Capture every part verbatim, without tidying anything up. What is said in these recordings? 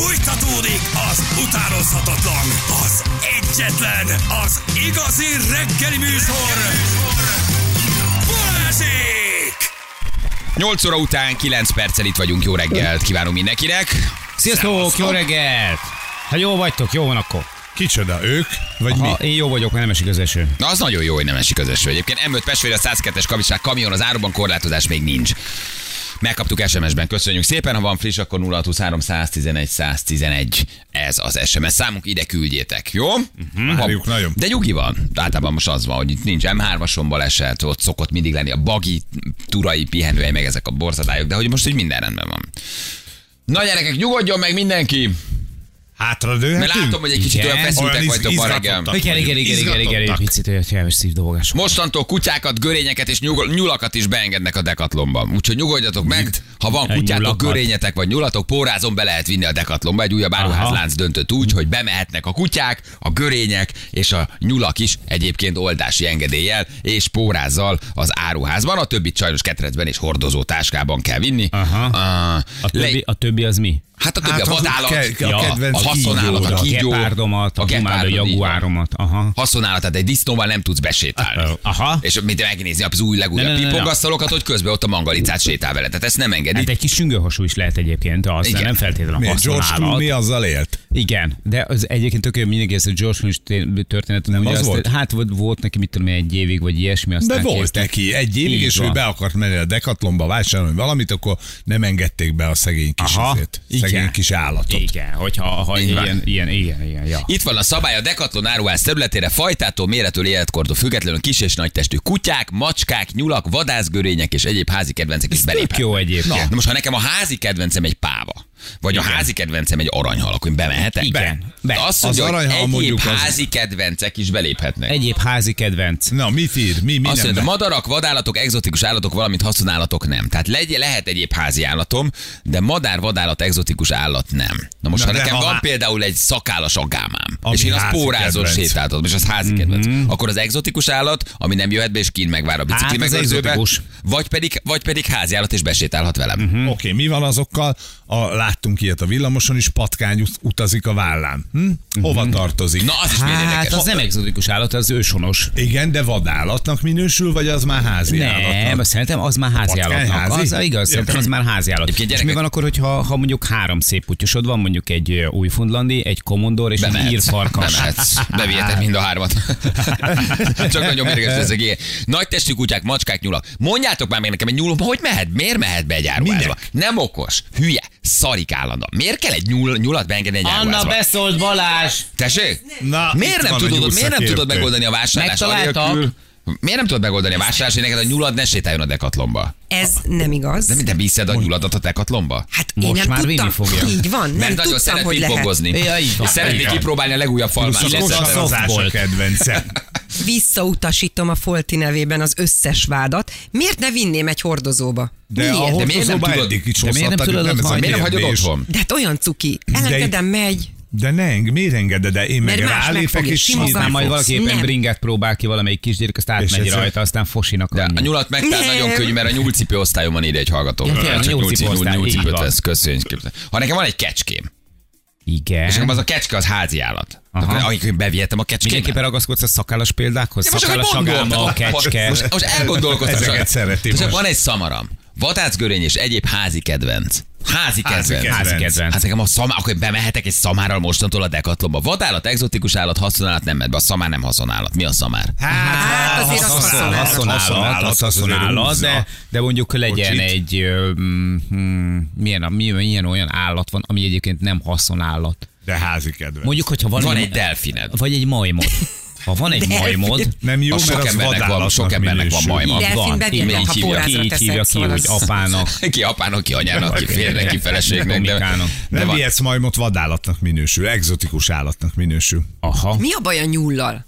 Fújtatódik az utánozhatatlan, az egyetlen, az igazi reggeli műsor, Balázsék! nyolc óra után kilenc perccel itt vagyunk, jó reggelt kívánunk mindenkinek. Sziasztok, jó reggelt! Ha jó vagytok, jó van akkor. Kicsoda, ők? Vagy Aha, mi? én jó vagyok, mert nem esik az eső. Na az nagyon jó, hogy nem esik az eső. Egyébként em öt Pestvér, a száz kettes kavicsák kamion, az áruban korlátozás még nincs. Megkaptuk es em es-ben, köszönjük szépen, ha van friss, akkor nulla huszonhárom száztizenegy száztizenegy, ez az es em es számunk, ide küldjétek, jó? Uh-huh. Várjuk nagyon. De nyugi van, általában most az van, hogy itt nincs em hármason baleset, ott szokott mindig lenni a bagi, turai pihenőhely, meg ezek a borzadályok, de hogy most így minden rendben van. Na gyerekek, nyugodjon meg mindenki! Hátradőhetünk? Mert látom, hogy egy kicsit Igen. olyan feszültek Olyan vagytok ma reggel. izgatottak. Igen, igen, igen, igen, igen, igen, picit olyan jelmes szívdobogás. Mostantól kutyákat, görényeket és nyugol, nyulakat is beengednek a Decathlonban. Úgyhogy nyugodjatok meg, ha van kutyátok, nyulakat. görényetek vagy nyulatok, pórázon be lehet vinni a Decathlonba. Egy újabb áruházlánc döntött úgy, hogy bemehetnek a kutyák, a görények és a nyulak is egyébként oldási engedéllyel és pórázzal az áruházban. A többit sajnos ketrecben és hordozó táskában kell vinni. Aha. Uh, A többi, a többi az mi? Hát a többi Hát a az vadállat, ke- a ja, kedvenc a haszonállat, a A kígyó, gepárdomat, a humádó gepárdod, így van. jaguáromat. Aha. Haszonállat, tehát egy disznóval nem tudsz besétálni. Aha. És mit megnézni az új Ne, legújabb ne, ne, ne. pipogasztalokat, hogy közben ott a mangalicát sétál vele. Tehát ezt nem engedik. Hát egy kis süngőhasú is lehet egyébként, az Igen. nem feltétlenül a Miért? George haszonállat. Clooney azzal élt? Igen, de az egyébként tök jó, mindenki ezt a George Clooney történet. Nem ugye az azt- volt? Hát volt, volt neki, mit tudom én, egy évig, vagy ilyesmi. De Aztán volt kezdtek- neki egy évig, Így és ő van. be akart menni a Decathlonba vásárolni valamit, akkor nem engedték be a szegény kis Aha, izét, igen. szegény kis állatot. Igen, hogyha ha Így van. ilyen, ilyen, igen, igen, ja. Itt van a szabály a Decathlon áruház területére fajtától, méretől, életkortól függetlenül kis és nagy testű kutyák, macskák, nyulak, vadászgörények és egyéb házi kedvencek is Ez tök beléphetnek. jó egyébként. Na most, ha nekem a házi kedvencem egy páva, vagy a házi kedvencem egy aranyhal, akkor én bemehetek? Igen. Be. De azt Az mondja, hogy aranyhal egyéb mondjuk az- házi kedvencek is beléphetnek. Egyéb házi kedvenc. Na, mit ír? Mi, mi Azt nem mondja, be- madarak, vadállatok, egzotikus állatok, valamint haszonállatok nem. Tehát legy, lehet egyéb házi állatom, de madár, vadállat, egzotikus állat nem. Na most, Na, ha de nekem ha van há- például egy szakállas agámám, Ami és én azt házi pórázon kedvenc. sétáltatom, és az házi kedvenc, akkor az egzotikus állat, ami nem jöhet be, és kint megvár a bicikli Hát, az megőrzőbe, egzotikus. vagy pedig, vagy pedig házi állat, és besétálhat velem. Oké, okay, mi van azokkal? A, láttunk ilyet a villamoson is, patkány ut- utazik a vállán. Hm? Hova tartozik? Na, az is miért Hát érdekes. az nem egzotikus állat, az őshonos. Igen, de vadállatnak minősül, vagy az már házi Nem, állatnak? szerintem az már házi Patkány állatnak. házi? Az igaz, szerintem az már házi állat. Egyébként És mi gyerekek- van akkor, hogyha ha mondjuk három szép kutyusod van, mondjuk egy ö, újfundlandi, egy komondor és egy Bemehetsz. írfarkas. Bemehetsz. Beviheted mind a hármat. Csak nagyon mérges ez egy ilyen. Nagy testű kutyák, macskák, nyulak. Mondjátok már meg nekem, egy nyúl, hogy mehet? Miért mehet be egy áruházba? Nem okos, hülye, szarik állandóan. Miért kell egy nyúl, nyulat beengedni egy áruházba? beszólt Balázs! Tessék? Na, Miért itt nem, van a tudod, miért nem nyúlszakértő. tudod megoldani a vásárlás Megtaláltak. anélkül? Miért nem tudod megoldani a vásárlás, hogy neked a nyulad ne sétáljon a Decathlonba? Ez nem igaz. De minden viszed a nyuladat a Decathlonba? Hát én Most nem már tudtam. vinni fogja. Így van, nem Mert nagyon tudtam, szeret hogy lehet. pingpongozni. Ja, így van. És szeretné Így van. kipróbálni a legújabb Plusz falmát. a Lesz- kosarozás a softball. kedvence. Visszautasítom a Folti nevében az összes vádat. Miért ne vinném egy hordozóba? De Miért? a miért nem hordozóba tudod- eddig is de miért nem hozhattad, tudod nem ott ez a hagyni? Miért nem hagyod kérdés. otthon? De hát olyan cuki. Elengedem, megy. De ne, eng- miért engeded? De én meg Mert más rálépek megfogja, és simogatni sírni Aztán majd fogsz. valaki éppen Nem. bringát próbál ki valamelyik kisgyerek, azt átmegy ez- rajta, aztán fosinak De a annyi. nyulat megtár Nem. nagyon könnyű, mert a nyúlcipő osztályon van ide egy hallgató. Ja, tényleg, Csak nyúlcipő nyúlci- osztály, nyúlcipőt így van. vesz, köszönjük. Ha nekem van egy kecském, Igen. és nekem az a kecske az házi állat, Aha. akkor amikor bevihetem a Mindenképpen kecskémet. ragaszkodsz a szakállas példákhoz? Ja, most Szakállas csak agáma, a gondoltam. kecske. Most, most elgondolkoztam. Ezeket csak- szereti csak most. van egy szamaram, vadászgörény és egyéb házi kedvenc. Házi Házi kedvenc. kedvenc. Házi kedvenc. Hát nekem a szamár, akkor bemehetek egy szamárral mostantól a Decathlonba. Vadállat, egzotikus állat, haszonállat nem mehet be. A szamár nem haszonállat. Mi a szamár? Hát azért az Haszonállat, haszonállat. haszonállat, az haszonállat, de, de mondjuk legyen Kocsit. egy, ö, mm, mm, milyen, a- milyen, milyen olyan állat van, ami egyébként nem haszonállat. De házi kedvenc. Mondjuk, hogyha van, Van egy delfined. Vagy egy majmod. Ha van egy majmod, Nem jó, Az mert sok az embernek van, vadállatnak sok embernek van minősül. majma. van, Delfinbe így vigyek, így ha hívja. pórázra ki így hívja teszek, ki, szóval hogy az- apának. Ki apának, ki anyának, ki férnek, ki feleségnek. De, Domikának. de Nem van. vihetsz majmot, vadállatnak minősül, egzotikus állatnak minősül. Aha. Mi a baj a nyúllal?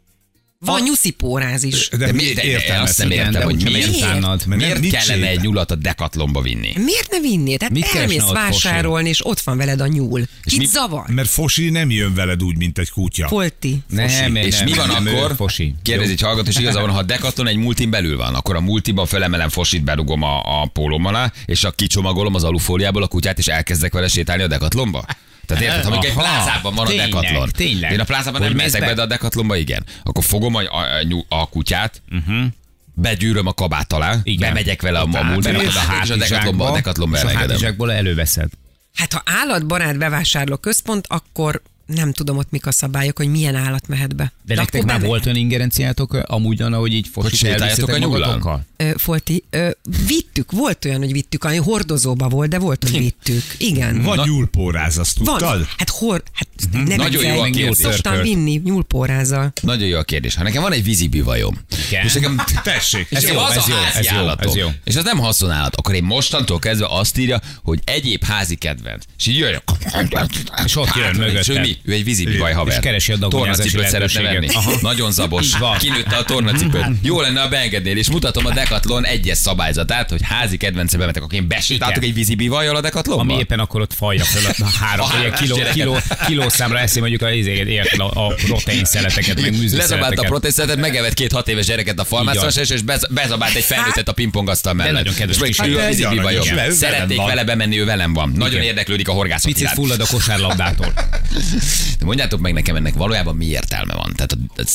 Van nyuszipóráz is. De, De, mi, de, de azt nem értem, hogy de miért, utánad. Mert miért nem, mit kellene egy sétál? nyulat a Decathlonba vinni. Miért ne vinnéd? Mit Tehát keresne elmész ott vásárolni, és ott van veled a nyúl. Kit mi- zavar? Mert fosi nem jön veled úgy, mint egy kutya. Folti. Nem, És nem, mi van nem, ő akkor? Fosi. Kérdezi egy hallgató, és igazán van, ha a Decathlon egy multin belül van, akkor a multiban felemelem fosit, berugom a, a pólóm alá, és a kicsomagolom az alufóliából a kutyát, és elkezdek vele sétálni a Decathlonba? Tehát érted, ha mondjuk egy Aha, plázában van a tényleg, Decathlon. tényleg. Én a plázában Hogy nem mész mehetek be? be, de a Decathlonba igen. Akkor fogom a, a, a kutyát, uh-huh. begyűröm a kabát alá, Igen. bemegyek vele a mamulba, Berakod és a Decathlonba, a Decathlonba és a elengedem. hátizsákból előveszed. Hát ha állatbarát bevásárló központ, akkor nem tudom ott mik a szabályok, hogy milyen állat mehet be. De nektek akkor már beme- volt olyan ingerenciátok, amúgy, ahogy így fosit sétáljátok elviszitek a nyullal? magatokkal? Ö, Folti, ö, vittük, volt olyan, hogy vittük, ami hordozóba volt, de volt, hogy vittük. Igen. Vagy nyúlpóráz, azt tudtad? Van, hát hor, hát nem Nagyon jó a egy kérdés. szoktam vinni nyúlpórázzal. Nagyon jó a kérdés. Ha nekem van egy vízibivajom, Igen. és nekem Tessék. és Ez nekem jó, az ez a jó, házi ez jó, állatom, ez jó. és az nem haszonállat, akkor én mostantól kezdve azt írja, hogy egyéb házi kedvenc. És így jöjjön. És ott jön És ő mögötted. mi? Ő egy vízibivaj haver. És keresi a dagonyázási Tornacipőt szeretne venni. lehetőséget. Aha. Nagyon zabos. Van. Kinőtte a tornacipőt. Jó lenne, ha beengednél, és mutatom a Decathlon egyes szabályzatát, hogy házi kedvencebe mentek, akkor én besétáltok Igen. egy vízibivajjal a Decathlonba? Ami éppen akkor ott falja föl a három, A vagy egy hármás kiló, gyereket. kiló, kilószámra eszi mondjuk a, a, a, a protein szeleteket, meg műzli Lezabált a szeleteket. protestet, megevett két hat éves gyereket a falmászás, és bez- bezabált egy felnőttet a pingpongasztal mellett. nagyon kedves És meg kis ő a Hát, vízibivajom. egy aranyos, Szeretnék velem van. vele bemenni, ő velem van. Nagyon Igen. érdeklődik a horgászat Picit iránt. fullad a kosárlabdától. De mondjátok meg nekem, ennek valójában mi értelme van? Tehát ez,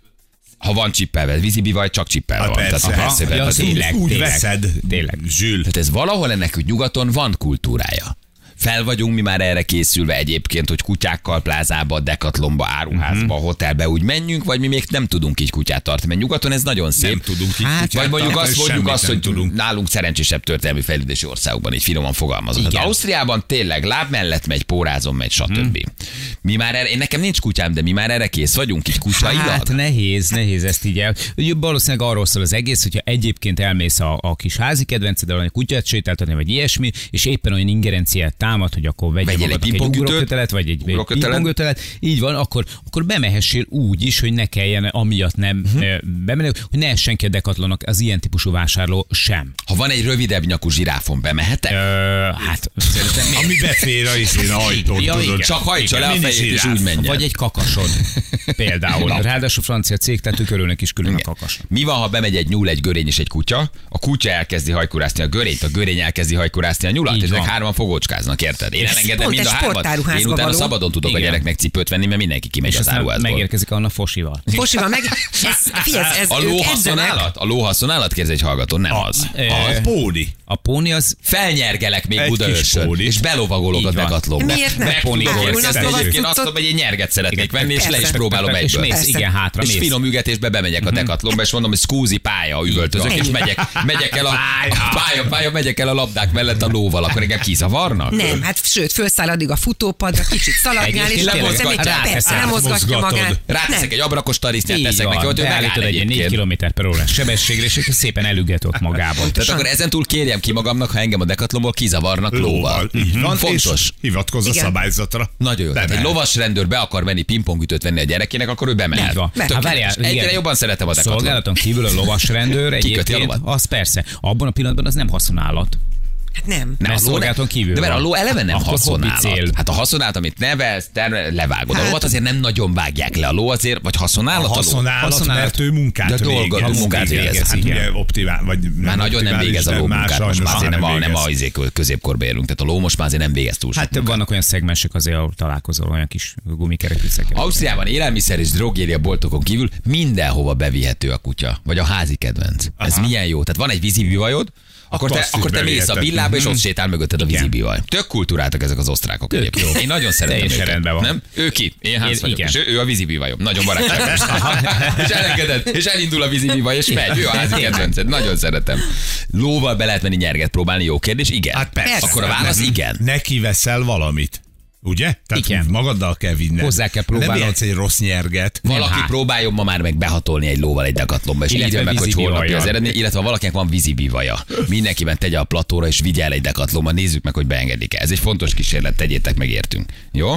ha van csippelve, vízibivaj csak csippelve Hát van. persze. Tehát, Aha. persze, Ja, persze, tényleg, Úgy tényleg. veszed, Tényleg. Zsül. Tehát ez valahol ennek, hogy nyugaton van kultúrája. Fel vagyunk mi már erre készülve egyébként, hogy kutyákkal plázába, Decathlonba, áruházba, Mhm. hotelbe úgy menjünk, vagy mi még nem tudunk így kutyát tartani, mert nyugaton ez nagyon szép. Nem tudunk így Hát, kutyát vagy mondjuk tartani, azt mondjuk semmit azt, nem hogy tudunk. nálunk szerencsésebb történelmi fejlődési országokban, így finoman fogalmazom. Tehát Igen. Ausztriában tényleg láb mellett megy, pórázon megy, stb. Mi már erre, én nekem nincs kutyám, de mi már erre kész vagyunk, így kutyailag. Hát nehéz, nehéz ezt így el. Ugye Valószínűleg arról szól az egész, hogyha egyébként elmész a, a kis házi kedvenceddel, vagy kutyát sétáltatni, vagy ilyesmi, és éppen olyan ingerenciát támad, hogy akkor vegyél Vegyél egy magadnak egy pingpongütőt, ugrókötelet, vagy egy, egy ugrókötelet. pingpongkötelet, így van, akkor, akkor bemehessél úgy is, hogy ne kelljen amiatt nem uh-huh. bemenni, hogy ne essen ki a Decathlonnak az ilyen típusú vásárló sem. Ha van egy rövidebb nyakú zsiráfon, bemehetek? Ö, hát szerintem miért? Ami befér a izén a ajtót, Ja, tudod. igen. Csak hajtsa le a Mini fejét, és zsiráf. úgy menjen. Vagy egy kakasod például. Na. Ráadásul francia cég, tehát ők örülnek is külön a kakas. Mi van, ha bemegy egy nyúl, egy görény és egy kutya? A kutya elkezdi hajkurászni a görényt, a görény elkezdi hajkurászni a nyulat, Így és ezek van. hárman fogócskáznak, érted? Én elengedem pont mind a egy hármat. sportáruházba Én utána való. szabadon tudok a Igen. gyereknek cipőt venni, mert mindenki kimegy És az aztán áruházból. megérkezik Anna fosival. Fosival meg, ez, figyelj, ez, A ők ló edzenek. haszonállat? A ló haszonállat kérdez egy hallgató, nem az. Ö, A póni. A póni az Felnyergelek még Egy Budaörsön, kis póni. és belovagolok a Így van. Decathlonba. Miért ne? Megpónigolok. Árulnak Ezt lovas egyébként azt cuccot? mondom, hogy én nyerget szeretnék venni, és le is Persze. próbálom és egyből. mész, Persze. igen, hátra És mész. finom ügetésbe bemegyek a Decathlonba, és mondom, hogy skúzi pálya, üvöltözök, és Ennyi. megyek, megyek el a, a pálya, pálya, megyek el a labdák mellett a lóval, akkor engem kizavarnak? Nem, hát sőt, fölszáll addig a futópadra, kicsit szaladgál, és Egyébként akkor tényleg szemét, rákeszed, persze, nem mozgatja mozgatod. magát. Ráteszek Nem. egy abrakos tarisznyát, Így teszek van, neki, hogy ő beállítod megáll egy négy egyébként. kilométer per órás sebességre, és akkor szépen elüget ott magában. Tehát akkor ezen túl kérjem ki magamnak, ha engem a Decathlonból kizavarnak lóval. Lóval. Így van, Fontos. és hivatkozz a Igen. szabályzatra. Nagyon jó. Tehát egy Bemehet. lovas rendőr be akar menni pingpongütőt venni a gyerekének, akkor ő bemehet. Így van. Tökéletes. Hát várjál, Egyre igen. jobban szeretem a Decathlon. Szolgálaton kívül a lovasrendőr Kiköti a egyébként, lovat? az persze. Abban a pillanatban az nem haszonállat. Hát nem. Nem, Mert a ló szolgálaton nem- kívül De mert a van. ló eleve nem Akkor hobbi haszonállat. cél. Hát a haszonállat, amit nevelsz, terve, levágod. A lovat azért nem nagyon vágják le. A ló azért, vagy A haszonállat a ló. haszonállat, Haszonállat. mert ő munkát De dolga- végez. munkát végez, Hát igen. ugye optimál, vagy Már nagyon nem optimális, végez a de ló már munkát, most sajnos már azért nem a, végez. nem a izé középkorba élünk. Tehát a ló most már azért nem végez túl sok Hát vannak olyan szegmensek azért, ahol találkozol olyan kis gumikerekűszekkel. Ausztriában élelmiszer és drogéria boltokon kívül mindenhova bevihető a kutya, vagy a házi kedvenc. Ez milyen jó. Tehát van egy vízibivajod, akkor te, azt is akkor te mész a beviheted. villába, és ott sétál mögötted a Igen. vízibivaj. Tök kultúráltak ezek az osztrákok egyébként. Én nagyon szeretem Teljesen őket. rendben van. Nem? Ő ki? Én Hans Én- vagyok. igen. És ő, ő a vízibivajom. Nagyon barátságos. és elengeded, és elindul a vízibivaj, és megy. Ő a házi kedvenced. Nagyon szeretem. Lóval be lehet menni nyerget próbálni. Jó kérdés? Igen. Hát persze. Akkor a válasz igen. Neki veszel valamit. Ugye? Tehát Igen. magaddal kell vinned. Hozzá kell próbálnod. Nem vihetsz egy rossz nyerget. Valaki hát. próbáljon ma már meg behatolni egy lóval egy Decathlonba, és Illetve írja meg, hogy vízibivajjal. holnap az eredmény, illetve ha valakinek van vízibivaja. Mindenkiben tegye a platóra, és vigye el egy Decathlonba, nézzük meg, hogy beengedik-e. Ez egy fontos kísérlet, tegyétek meg, értünk. Jó?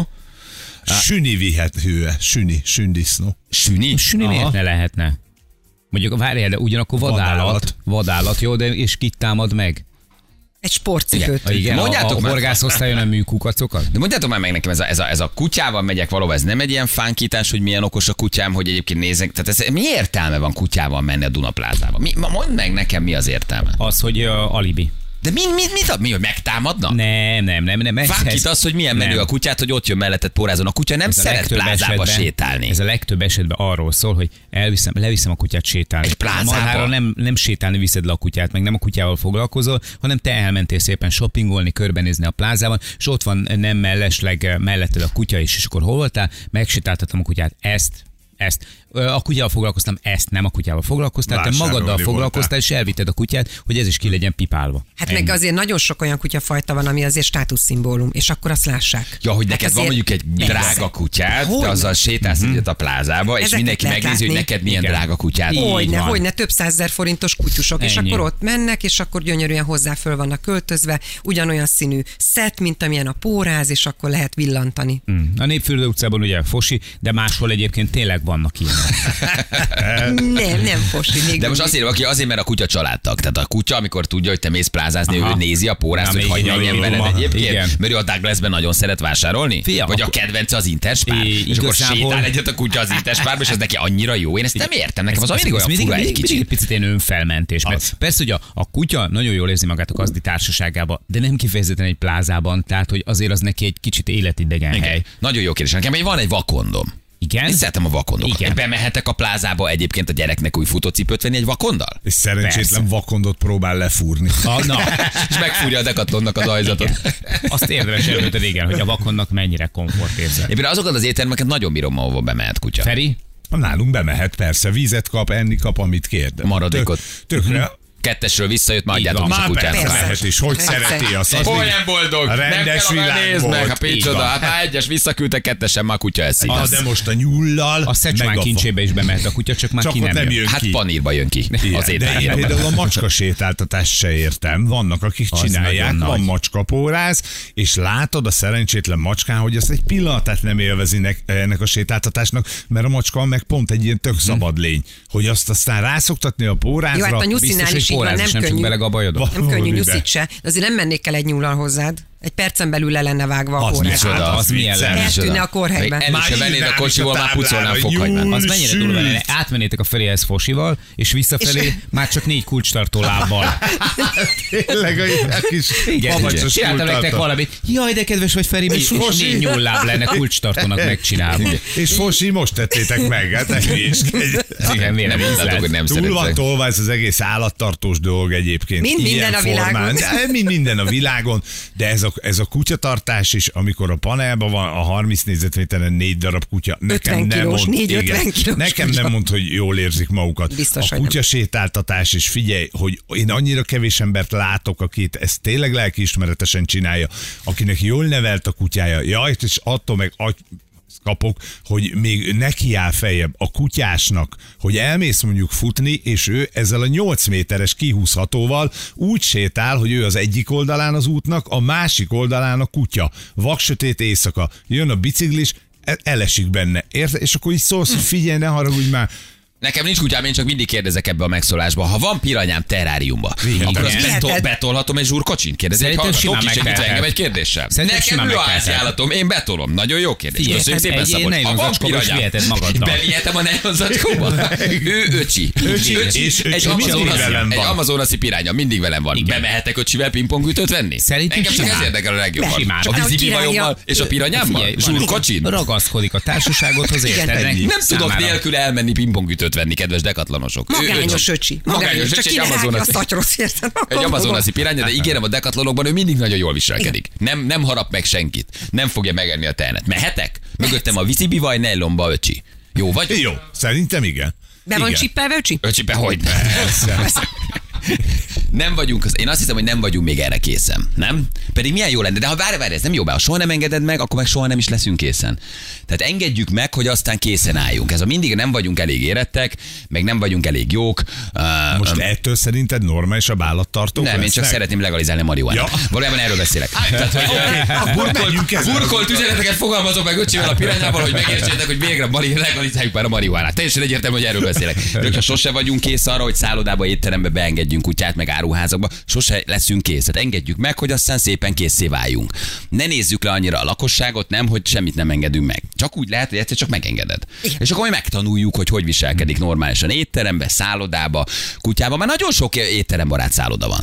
Süni vihető, süni, sündisznó. Süni? Süni miért ne lehetne? Mondjuk várjál, de ugyanakkor vadállat, Vadállat. vadállat, jó, de és kit támad meg? Egy sportcipőt. Ha igen, Mondjátok a, a már. horgászosztályon a műkukacokat? De mondjátok már meg nekem, ez a, ez, a, ez a kutyával megyek valahol, ez nem egy ilyen fánkítás, hogy milyen okos a kutyám, hogy egyébként nézzek. Tehát ez, mi értelme van kutyával menni a Dunaplázába? Mi, ma mondd meg nekem, mi az értelme? Az, hogy uh, alibi. De mi, mi, mi, mi, mi megtámadnak? Nem, nem, nem. nem. Ez, Vágj ez, itt azt, hogy milyen menő nem. a kutyát, hogy ott jön melletted pórázon. A kutya nem Ez a szeret legtöbb plázába esetben- sétálni. Ez a legtöbb esetben arról szól, hogy elviszem, leviszem a kutyát sétálni. Egy plázába? A marhára nem, nem sétálni viszed le a kutyát, meg nem a kutyával foglalkozol, hanem te elmentél szépen shoppingolni, körbenézni a plázában, és ott van nem mellesleg melletted a kutya is, és akkor hol voltál? Megsétáltatom a kutyát. Ezt, ezt. A kutyával foglalkoztam, ezt nem a kutyával foglalkoztál, te Vásárolni magaddal foglalkoztál, voltál. és elvitted a kutyát, hogy ez is ki legyen pipálva. Hát Ennyi. meg azért nagyon sok olyan kutyafajta van, ami azért státuszszimbólum, és akkor azt lássák. Ja, hogy Hát neked van azért- mondjuk egy Persze. drága kutyád, Hogyne. te azzal sétálsz Mhm. egyet a plázába, és Ezeket mindenki lehet megnézi, hogy látni. neked milyen Igen. drága kutyád. Így Hogyne, van. hogyne, több százezer forintos kutyusok, és Ennyi. akkor ott mennek, és akkor gyönyörűen hozzá föl vannak költözve, ugyanolyan színű szett, mint amilyen a póráz, és akkor lehet villantani. Mm. A Népfürdő utcában ugye fosi, de máshol egyébként tényleg vannak ilyenek. Nem, nem fosi. Még De most mindig. azt írja, aki azért, mert a kutya családtag. Tehát a kutya, amikor tudja, hogy te mész plázázni, Aha. ő nézi a pórázt, Na, hogy még hagyja, így milyen van. veled egyébként. Igen. Mert ő a Douglasben nagyon szeret vásárolni. Fia, Vagy a akkor- kedvence az Interspár. I- És akkor igazából- sétál egyet a kutya az Interspárba, és ez neki annyira jó. Én ezt nem értem. Nekem az mindig olyan mindig, fura egy mindig, mindig egy kicsit. picit ilyen önfelmentés. Mert Az. persze, hogy a, a kutya nagyon jól érzi magát a gazdi társaságában, de nem kifejezetten egy plázában, tehát hogy azért az neki egy kicsit életidegen hely. Nagyon jó kérdés. Nekem egy van egy vakondom. Igen? Én szeretem a vakondokat. Igen. Én bemehetek a plázába egyébként a gyereknek új futócipőt venni egy vakondal? És szerencsétlen Persze. vakondot próbál lefúrni. A, na, És megfúrja a Decathlonnak az ajzatot. igen. Azt érdemes előtt, igen, hogy a vakonnak mennyire komfort érzet. Én például azokat az éttermeket nagyon bírom, ahova bemehet kutya. Feri? Nálunk bemehet, persze, vízet kap, enni kap, amit kér. De Maradékot. Tök, tökre. Kettesről visszajött, már Így adjátok van. is a Már persze kutyának. mehet is, hogy Persze. szereti azt. az Hol még- nem boldog? A Nem rendes kell akár világ nézd meg, volt. ha Így picsoda. van. Hát már egyes visszaküldtek, kettesen már a kutya eszik. Ah, de most a nyullal, A szecsmán meg a kincsébe is bemehet a kutya, csak már Csak ki ott nem, nem jön. jön Hát ki. panírba jön ki Igen, az de én éttermére. például a macska sétáltatást se értem. Vannak, akik Az csinálják, nagyon van nagy. macskapóráz, és látod a szerencsétlen macskán, hogy ezt egy pillanatát nem élvezi nek- ennek a sétáltatásnak, mert a macska meg pont egy ilyen tök szabad lény, hogy azt aztán rászoktatni a pórázra. Jó, hát a Biztos, nyuszinál hogy is így van, póráz, nem és nem csak könnyű. belegabajodok. Va- Nem könnyű Valamibe. nyuszit se, de azért nem mennék el egy nyúllal hozzád. Egy percen belül le lenne vágva a Az póráz. micsoda, Hát, az az milyen vicces. lenne? Eltűnne a kórhelyben. Még el is Már vennéd a írnám kocsiból, is a már pucolnám táblára, fokhagymát. Az mennyire Sült. durva lenne? Átmennétek a Ferihez fosival, és visszafelé És- már csak négy kulcstartó lábbal. Tényleg a kis Igen, babacsos csináltam nektek kultartó. valamit. Jaj, de kedves vagy Feri, és, És és Fosi. négy nyúlláb lenne kulcstartónak megcsinálva. És Fosi, most tettétek meg, hát ne hülyéskedj. Igen, miért nem Nem így látod, hogy nem Túl van szeretek. tolva ez az egész állattartós dolog egyébként. Mind Ilyen minden a világon. formán. De, mind minden a világon, de ez a, ez a kutyatartás is, amikor a panelban van a harminc négyzetméteren négy darab kutya. Nekem ötven nem kilós, mond, négy igen, ötven kilós Nekem kutya. nem mond, hogy jól érzik magukat. Biztos, a hogy nem. kutya sétáltatás, és figyelj, hogy én annyira kevés embert látok, akit ezt tényleg lelkiismeretesen csinálja, akinek jól nevelt a kutyája, jaj, és attól meg agy, kapok, hogy még neki áll feljebb a kutyásnak, hogy elmész mondjuk futni, és ő ezzel a nyolc méteres kihúzhatóval úgy sétál, hogy ő az egyik oldalán az útnak, a másik oldalán a kutya. Vaksötét éjszaka, jön a biciklis, el- elesik benne. Érted? És akkor így szólsz, hogy figyelj, ne haragudj már. Nekem nincs kutyám, én csak mindig kérdezek ebbe a megszólásba. Ha van piranyám terráriumba, Igen. akkor azt Igen. betol, Lehet. betolhatom egy zsúrkocsin? Kérdezi egy Szerintem hallgató, simán ki segít megteheted. engem egy kérdéssel. Szerintem Nekem simán ő a megteheted. háziállatom, én betolom. Nagyon jó kérdés. Figyelj, Köszönjük hát szépen, egy Szabolcs. nylon Ha van zacskóba is piranyám, viheted magaddal. bevihetem a nylon zacskóba? Ő öcsi. Öcsi, Öcsi. és öcsi Egy mindig amazonaszi, velem egy van. amazonaszi piránya mindig velem van. Igen. Bemehetek öcsivel pingpongütőt venni? Szerintem Engem csak simán. ez érdekel a legjobban. Simán. Csak De a hogy vízibivajommal királya- és a piranyámmal? Figyelj, van- Zsúrkocsin? Ragaszkodik a társaságodhoz, érted? Igen. Neki Nem tudok számára. nélkül elmenni pingpongütőt venni, kedves dekatlanosok. Ő Magányos öcsi. Magányos, csak öcsi, egy ide rágja a amazonaszi. szatyrosz, érted? Egy amazonaszi piránya, de ígérem a Decathlonokban, ő mindig nagyon jól viselkedik. Nem, nem harap meg senkit. Nem fogja megenni a tehenet. Mehetek? Mögöttem a vízibivaj, nylonba öcsi. Jó vagy? Jó, szerintem igen. Be van Igen. csippelve, öcsi? Öcsibe, hogy ne? Persze. Nem vagyunk, az- én azt hiszem, hogy nem vagyunk még erre készen, nem? Pedig milyen jó lenne, de ha várj, várj, ez nem jó be, ha soha nem engeded meg, akkor meg soha nem is leszünk készen. Tehát engedjük meg, hogy aztán készen álljunk. Ez a mindig nem vagyunk elég érettek, meg nem vagyunk elég jók. Uh, Most ettől szerinted normálisabb állattartók nem, én csak lesznek? szeretném legalizálni a marihuánát. Ja. Valójában erről beszélek. Tehát, hogy Akkor menjünk ezzel. burkolt üzeneteket fogalmazok meg öcsivel a pirányával, hogy megértsétek, hogy végre mari- legalizáljuk már a marihuánát. Teljesen egyértelmű, hogy erről beszélek. De hogyha sose vagyunk kész arra, hogy szállodába, étterembe beengedjünk kutyát, meg áruházakba, sose leszünk kész. Tehát engedjük meg, hogy aztán szépen készé váljunk. Ne nézzük le annyira a lakosságot, nem, hogy semmit nem engedünk meg. Csak úgy lehet, hogy egyszer csak megengeded. És akkor majd megtanuljuk, hogy hogy viselkedik normálisan étterembe, szállodába, kutyába. Már nagyon sok étterembarát szálloda van.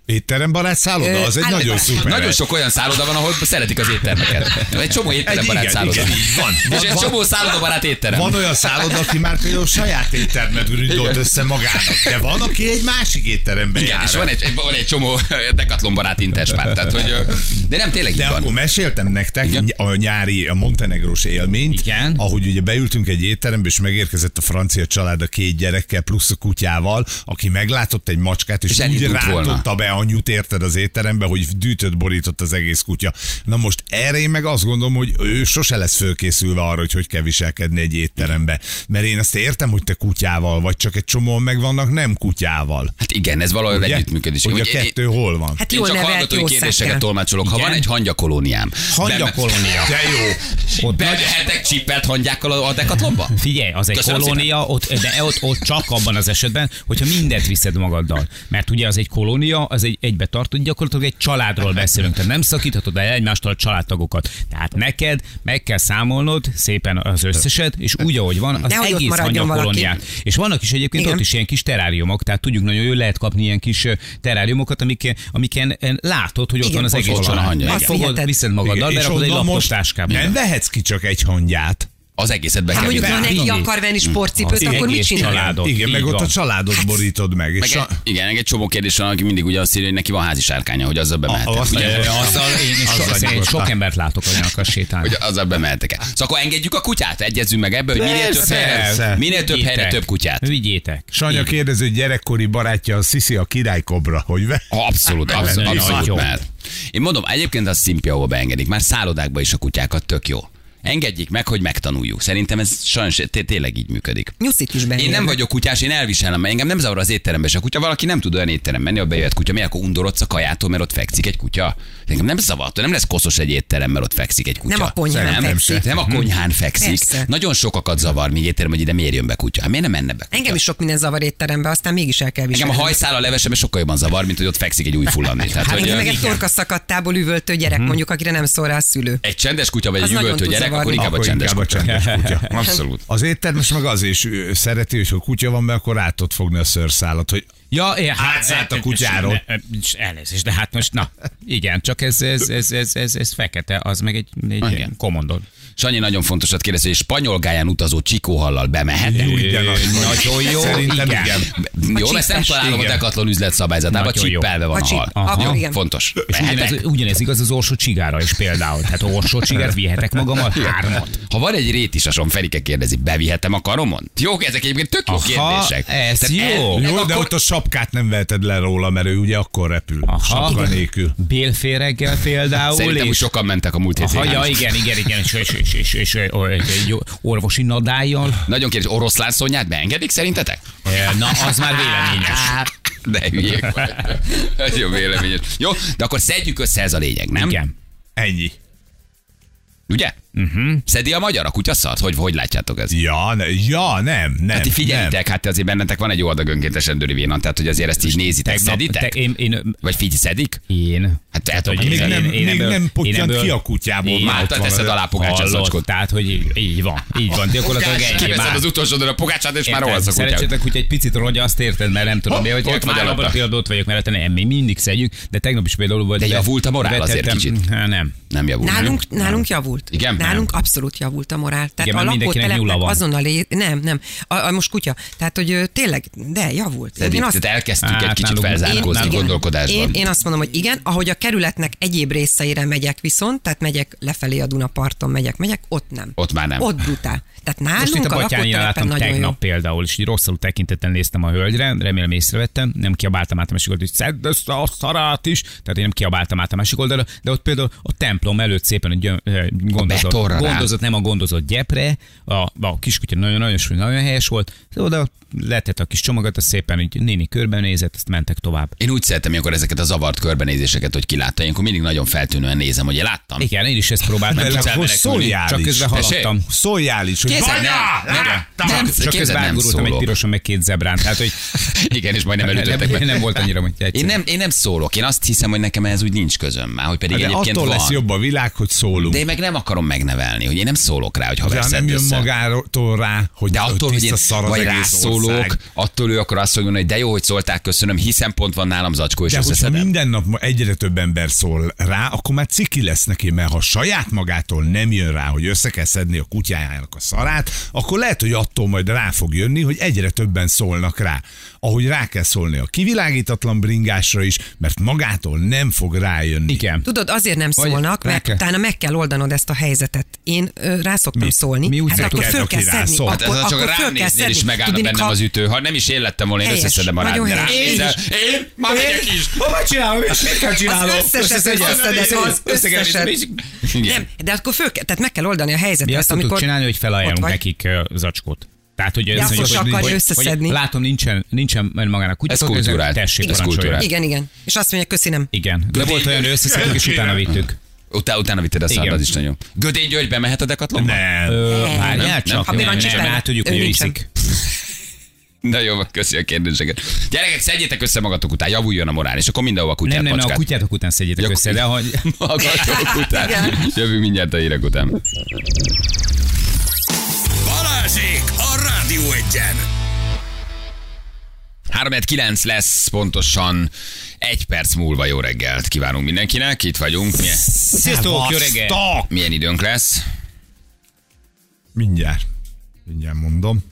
Étterembarát szálloda? Az egy Ö, nagyon álló- szuper. Nagyon sok olyan szálloda van, ahol szeretik az éttermeket. Egy csomó étterembarát igen, szálloda. igen, így van. És Van- egy van- csomó szállodabarát étterem. Van olyan szálloda, aki már például saját éttermet gründolt össze magának, de van, aki egy másik étterembe Igen, jár. és van egy, van egy csomó Decathlon barát interspárt, tehát hogy, ö, de nem tényleg így De akkor van. meséltem nektek Igen. a nyári, a montenegrós élményt, Igen. ahogy ugye beültünk egy étterembe, és megérkezett a francia család a két gyerekkel, plusz a kutyával, aki meglátott egy macskát, és, És úgy elindult rántotta volna. be anyut, érted, az étterembe, hogy dűtöt borított az egész kutya. Na most erre én meg azt gondolom, hogy ő sose lesz fölkészülve arra, hogy hogy kell viselkedni egy étterembe. Mert én azt értem, hogy te kutyával vagy, csak egy csomóan meg vannak nem kutyával. Hát igen, ez valahol Ugye? együttműködés. Hogy a Ugye, kettő hol van? Hát Én jól csak nevelt, hallgatói jó kérdéseket szekkel. tolmácsolok. Ha Igen. van egy hangyakolóniám, Hangyakolónia. De jó. bemehetek csippelt hangyákkal a a Decathlonba? Figyelj, az egy Köszönöm kolónia, ott, de ott, ott csak abban az esetben, hogyha mindent viszed magaddal. Mert ugye az egy kolónia, az egy egybe tartod, gyakorlatilag egy családról beszélünk. Tehát nem szakíthatod el egymástól a családtagokat. Tehát neked meg kell számolnod szépen az összeset, és úgy, ahogy van, az Nehogy ott egész maradjon hangyakolóniát. És vannak is egyébként Igen. ott is ilyen kis teráriumok, tehát tudjuk nagyon jól, lehet kapni ilyen kis ö, teráriumokat, amik, amiken ö, látod, hogy ott Igen, van az ott egész van a család. hangya, igen. Megfogod, Viheted. viszed magaddal, Igen, és berakod egy onnan lapos most táskába. nem vehetsz ki csak egy hangyát. Az egészet be Hát kell mondjuk, vinni. ha neki Vinni. akar venni sportcipőt, Az akkor mit egész csinál? családot. Igen, Így meg ott van. a családot borítod meg. És Meg, a, igen, egy csomó kérdés van, aki mindig ugye azt írja, hogy neki van házi sárkánya, hogy azzal bemehetek. azt Ugye, mondja, Ö, Azzal én is so, Azzal én nyugodtan. sok embert látok olyanok a sétálni. hogy azzal bemehetek el. Szóval akkor engedjük a kutyát? Egyezzünk meg ebbe, hogy minél több Persze, helyre, persze. minél több helyre Vigyétek. több kutyát. Vigyétek. Sanya kérdező, hogy gyerekkori barátja a Sisi a királykobra, hogy ve? Abszolút, abszolút, nagyon abszolút jó. mehet. Én mondom, egyébként az szimpja, ahol beengedik. Már szállodákba is a kutyákat tök jó. Engedjék meg, hogy megtanuljuk. Szerintem ez sajnos té- tényleg így működik. Nyuszit is beengednek. Én nem vagyok kutyás, én elviselem, mert engem nem zavar az étterembe se a kutya. Valaki nem tud olyan étterem menni, ahol bejöhet kutya. Miért akkor undorodsz a kajától, mert ott fekszik egy kutya? Engem nem zavar, nem lesz koszos egy étterem, mert ott fekszik egy kutya. Nem a konyhán nem, fekszik. Nem a konyhán fekszik. Persze. Nagyon sokakat zavar még étterem, hogy ide miért jön be kutya. Hát miért nem menne be kutya? Engem is sok minden zavar étterembe, aztán mégis el kell Engem viselni. a hajszál a levesem sokkal jobban zavar, mint hogy ott fekszik egy új fullandi. Tehát, Hát hogy, engem meg egy ö, torka szakadtából üvöltő gyerek, mondjuk, akire nem szól rá a szülő. egy csendes kutya vagy Az egy nagyon üvöltő tud gyerek, akkor zavarni. inkább a Akkor csendes inkább a kutya. csendes kutya. Abszolút. Az éttermes meg az is ő szereti, hogy ha kutya van be, akkor át tud fogni a szőrszálat, hogy Ja, ja, Átszállt a kutyáról. Ne, és elnézést, de hát most, na, igen, csak ez, ez, ez, ez, ez, ez fekete, az meg egy, egy Igen. ilyen komondon. Sanyi nagyon fontosat kérdezi, hogy spanyol gályán utazó csikóhallal bemehet. Jó, de nagy- Nagyon jó, Szerintem igen. igen. Jó, ezt nem csippes. találom a Igen. Decathlon üzletszabályzatában, Nagyon jó. csippelve van A a csip. hal. Akkor Jó, igen. fontos. És ugyanez, Mehetek? ugyanez igaz az orsó csigára is például. Tehát orsó csigát vihetek magammal hármat. Ha van egy rétisasom, Ferike kérdezi, bevihetem a karomon? Jó, ezek egyébként tök jó Aha, kérdések. ez Tehát jó. el- jó, de akkor- ott a sapkát nem veheted le róla, mert ő ugye akkor repül. Aha. Sapka nélkül. Bélféreggel például. Szerintem úgy és- sokan mentek a múlt Aha, héten. ja, igen, igen, igen, és, és, és, és, és, és egy orvosi nadájjal. Nagyon kérdés, oroszlán szonyát beengedik szerintetek? Na, az már véleményes. De hülyék vagy. Nagyon véleményes. Jó, de akkor szedjük össze, ez a lényeg, nem? Igen. Ennyi. Ugye? Uh-huh. Szedi a magyar a kutyaszart? Hogy, hogy látjátok ezt? Ja, ne, ja nem, nem. Hát ti figyelitek, nem. hát azért bennetek van egy jó adag önkéntes rendőri vénan, tehát hogy azért ezt így nézitek, Tegnap- szeditek? te- én, én, Vagy figy, szedik? én. Hát te Tehát, hogy hogy Még én- nem, én- én még ebből- nem én pottyant ebből- ki a kutyából. Én- már Már ott te van teszed a- alá pogácsát Hallott, zacskot. tehát, hogy így, így van, így van. Gyakorlatilag ennyi Kiveszed már. az utolsó darab pogácsát, és már rohasz a kutyába. Szerencsétek, hogy egy picit rongya, azt érted, mert nem tudom, mi, hogy ott vagy már abban alatta. a pillanatban ott vagyok, mert nem, mi mindig szedjük, de tegnap is például volt. De javult a morál azért vetettem- kicsit? Há, nem. Nem javul. Nálunk, nálunk javult. Igen? Nálunk abszolút javult a morál. Tehát Igen, a mert mindenkinek lakótelepnek nyula van. azonnal é... Nem, nem. A, a, most kutya. Tehát, hogy ö, tényleg, de javult. Tehát, Én azt- tehát elkezdtük Hát, egy kicsit nálunk- felzárkózni Én- gondolkodásban. Én, én azt mondom, hogy igen, ahogy a kerületnek egyéb részeire megyek viszont, tehát megyek lefelé a Dunaparton, megyek, megyek, ott nem. Ott már nem. Ott brutál. Tehát nálunk Most itt a a Batyányi lakótelepen láttam nagyon jó. tegnap például, és így rosszul tekintettel néztem a hölgyre, remélem észrevettem, nem kiabáltam át a másik oldalra, hogy szedd össze a szarát is, tehát én nem kiabáltam át a másik oldalra, de ott például a templom előtt szépen egy ö, gondozott, betonra rá. gondozott, nem a gondozott gyepre, a, a kiskutya nagyon-nagyon nagyon helyes volt, de oda letett a kis csomagot, az szépen így néni körbenézett, azt mentek tovább. Én úgy szeretem ilyenkor ezeket a zavart körbenézéseket, hogy kilátta. Ilyenkor mindig nagyon feltűnően nézem, hogy én láttam. Igen, én is ezt próbáltam, De csak, akkor elmenekülni, szóljál csak is. közben Tessék? haladtam. Szóljál is, hogy Képzeld, Banya, nem, nem, láttam! nem, Csak képzeld, közben nem átgurultam egy szólok. piroson, meg két zebrán, tehát hogy Igen, és majdnem előttetek nem, be. nem volt annyira, hogy egyszerű. Én nem, én nem szólok. Én azt hiszem, hogy nekem ez úgy nincs közöm már, hogy pedig De egyébként attól van. lesz jobb a világ, hogy szólunk. De én meg nem akarom megnevelni, hogy én nem szólok rá, hogy ha De veszed nem jön össze. magától rá, hogy De attól, hogy én szar az vagy egész rászólok, ország. attól ő akkor azt fogja mondani, hogy de jó, hogy szólták, köszönöm, hiszen pont van nálam zacskó, és De hogyha összeszedem. minden nap egyre több ember szól rá, akkor már ciki lesz neki, mert ha saját magától nem jön rá, hogy össze kell szedni a kutyájának a szarát, akkor lehet, hogy attól majd rá fog jönni, hogy egyre többen szólnak rá. Ahogy rá kell szólni a kivilágítatlan bringásra is, mert magától nem fog rájönni. Igen. Tudod, azért nem Vagy szólnak, rá mert kell. utána meg kell oldanod ezt a helyzetet. Én ö, rá szoktam Mi? szólni. Mi úgy hát szoktuk akkor föl el, kell aki szedni. rászól. Hát Akkor, ez csak akkor föl kell ránéznél is szedni. megállna Tudni, bennem ha- az ütő. Ha nem is én lettem volna, én Helyes, összeszedem a nagyon rád. De helyes. ránézel, én már megyek is. Hova csinálom? És mit kell csinálnom? Az összeset összeszeded, az összeset. Igen. Nem, de akkor föl kell, tehát meg kell oldani a helyzetet. Mi azt tudjuk amikor csinálni, hogy ott felajánlunk vagy. nekik ö, zacskót. Tehát, hogy, De ez, azt hogy, se hogy, akarja hogy, összeszedni. hogy látom, nincsen, nincsen magának kutyatok, Ez kultúrál. tessék, Ez parancsolja. kultúrál. Igen, igen. És azt mondja, köszi, nem. Igen. De volt olyan, hogy összeszedtük, és utána vittük. Utána, utána vitted a Igen. szárad is nagyon. Gödény György bemehet a Decathlonba? Nem. Ö, Nem, Várjál nem, csak, ha még nem, nincs nem, benne. át tudjuk, Ő hogy ő nincsen. iszik. Na jó, köszi a kérdéseket. Gyerekek, szedjétek össze magatok után, javuljon a morál, és akkor mindenhol a kutyát, Nem, nem, nem, a macskát. kutyátok után szedjétek Ja, össze, de hogy... Magatok után. Jövünk mindjárt a hírek után. Balázsék a Rádió Egyen. három kilenc lesz pontosan egy perc múlva. Jó reggelt kívánunk mindenkinek, itt vagyunk. Milyen, Sziasztok, jó reggel! Szevasztok! milyen időnk lesz? Mindjárt. Mindjárt mondom.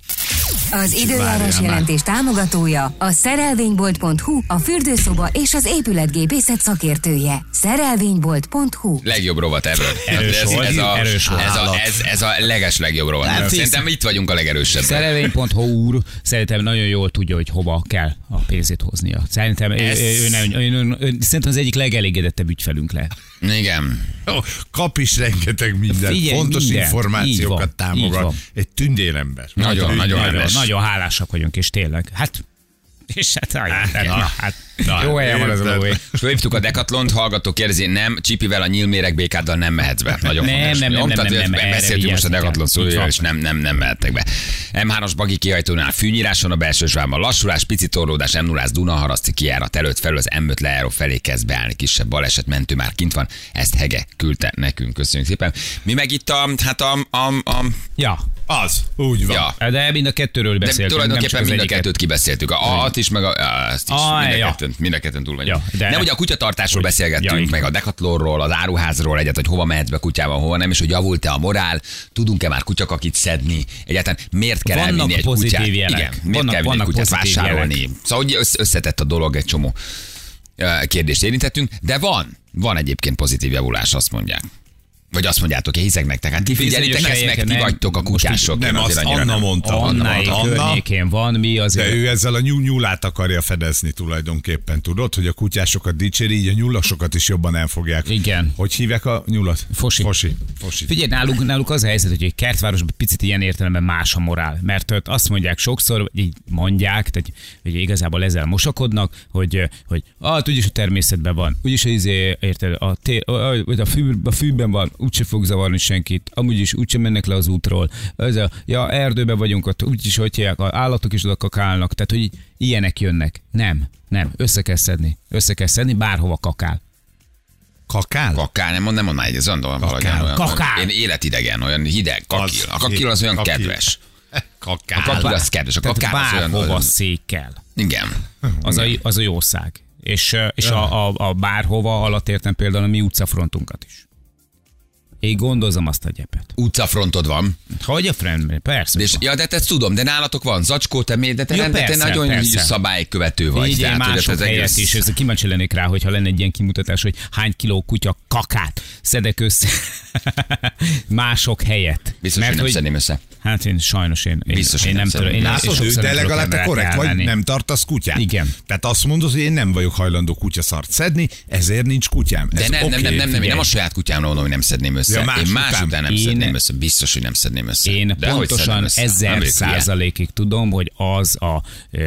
Az időjárás Várjál már. jelentés támogatója a szerelvénybolt pont hu, a fürdőszoba és az épületgépészet szakértője. szerelvénybolt pont hu. Legjobb rovat ever. Erős ez, volt, ez, a, erős volt. ez, a, ez, ez a leges legjobb rovat. Hát, Szerintem itt vagyunk a legerősebb. Szerelvény pont hu úr szerintem nagyon jól tudja, hogy hova kell a pénzét hoznia. Szerintem ő, Ez- ő, ő, nem, ő, ő, ő, szerintem az egyik legelégedettebb ügyfelünk le. Igen. Ó, kap is rengeteg minden, Figyelj, fontos mindent. Így információkat van, így támogat. van. Egy tündérember. Nagyon, nagyon, nagyon nagyon, rendes. nagyon hálásak vagyunk, és tényleg. Hát, és hát, hát, hát, na, hát na, jó helyen van az a érted. lóvé. Fölhívtuk a Decathlont, hallgató kérdezi, nem, csipivel a nyílméreg békáddal nem mehetsz be. Nagyon Nem, fontos. nem, nem, Jó, nem, tehát nem, nem, be- erre Beszéltünk most a vigyázni kell. Decathlon Így szóval, van. és nem, nem, nem mehettek be. em hármas bagi kihajtónál fűnyíráson a belső sávban lassulás, pici torlódás, em nullás Dunaharaszti kijárat előtt felül az em öt lejáró felé kezd beállni, kisebb baleset, mentő már kint van. Ezt Hege küldte nekünk, köszönjük szépen. Mi meg itt a, hát a, a, a Ja, Az, úgy van. ja. de mind a kettőről De beszéltünk. tulajdonképpen nem csak mind a az egyiket. kettőt kibeszéltük. A A-t is, meg a, a azt is. Ah, mind, a ja. kettőn, mind a kettőn túl vagyunk. Ja, de- Nem, ugye a kutyatartásról Hogy- beszélgettünk, ja, így meg van. a Decathlonról, az áruházról egyet, hogy hova mehetsz be kutyával, hova nem, és hogy javult-e a morál, tudunk-e már kutyakakit szedni, egyáltalán miért kell Vannak elvinni egy pozitív kutyát? jelek. Igen, miért Vannak- kell vinni egy vannak kutyát pozitív vásárolni? jelek. Szóval hogy össz- összetett a dolog, egy csomó ö, kérdést érintettünk, de van, van egyébként pozitív javulás, azt mondják. Vagy azt mondjátok, én hiszek nektek, hát ti figyelitek Bizonyos ezt meg, helyeken ti nem. vagytok a Most kutyások. Nem, én azt azért annyira Anna nem. mondta. Annái Anna, környékén van, mi de azért... ő ezzel a nyú- nyúlát akarja fedezni tulajdonképpen, tudod, hogy a kutyásokat dicséri, így a nyulasokat is jobban elfogják. Igen. Hogy hívják a nyulat? Fosi. Fosi. Fosi. Figyelj, náluk, náluk az a helyzet, hogy egy kertvárosban picit ilyen értelemben más a morál. Mert ott azt mondják sokszor, vagy így mondják, tehát, hogy igazából ezzel mosakodnak, hogy, hogy ah, úgyis a természetben van, úgyis az izé, érted, a, tér, a, a, a, fű, a fűben van, úgyse fog zavarni senkit, amúgy is úgyse mennek le az útról. Ez a, ja, erdőben vagyunk, ott úgyis, hogy hívják, az állatok is oda kakálnak, tehát, hogy így, ilyenek jönnek. Nem, nem, össze kell szedni. Össze kell szedni, bárhova kakál. Kakál? Kakál, nem mond, nem mond már, ez olyan dolog, valahogy olyan, kakál. Én életidegen, olyan hideg, kakil. Az- A kakil az olyan kakil. kedves. Kakál. A kakil az kedves, a Tehát kakál az olyan... bárhova olyan- szék kell. Igen. Az a, az a jószág. És, és a, a, a bárhova alatt értem például a mi utcafrontunkat is. Én gondozom azt a gyepet. Utcafrontod van. Hogy a friend? Persze. És, ja, de ezt tudom, de nálatok van zacskó, te miért? De te, Ja, nem, de te persze, nagyon persze. szabálykövető vagy. Így én hogy mások ez helyett egész- is, ez kíváncsi lennék rá, hogyha lenne egy ilyen kimutatás, hogy hány kiló kutya kakát szedek össze mások helyett. Biztos, hogy nem szedném össze. Hát én sajnos én, én, Biztos, hogy én nem nem tudom. szedném. Én, Látod, én ő, sokszor de nem tudok legalább te emberek korrekt vagy, elmenni. nem tartasz kutyát. Igen. Tehát azt mondod, hogy én nem vagyok hajlandó kutyaszart szedni, ezért nincs kutyám. De Ez nem, nem, oké, nem, nem, nem, én figyelj. nem a saját kutyámra mondom, hogy nem szedném össze. Ja, más én más után. után nem Én- szedném össze. Biztos, hogy nem szedném össze. Én De hogy szedném pontosan össze? Nem ezer vagyok hülye. százalékig tudom, hogy az a e,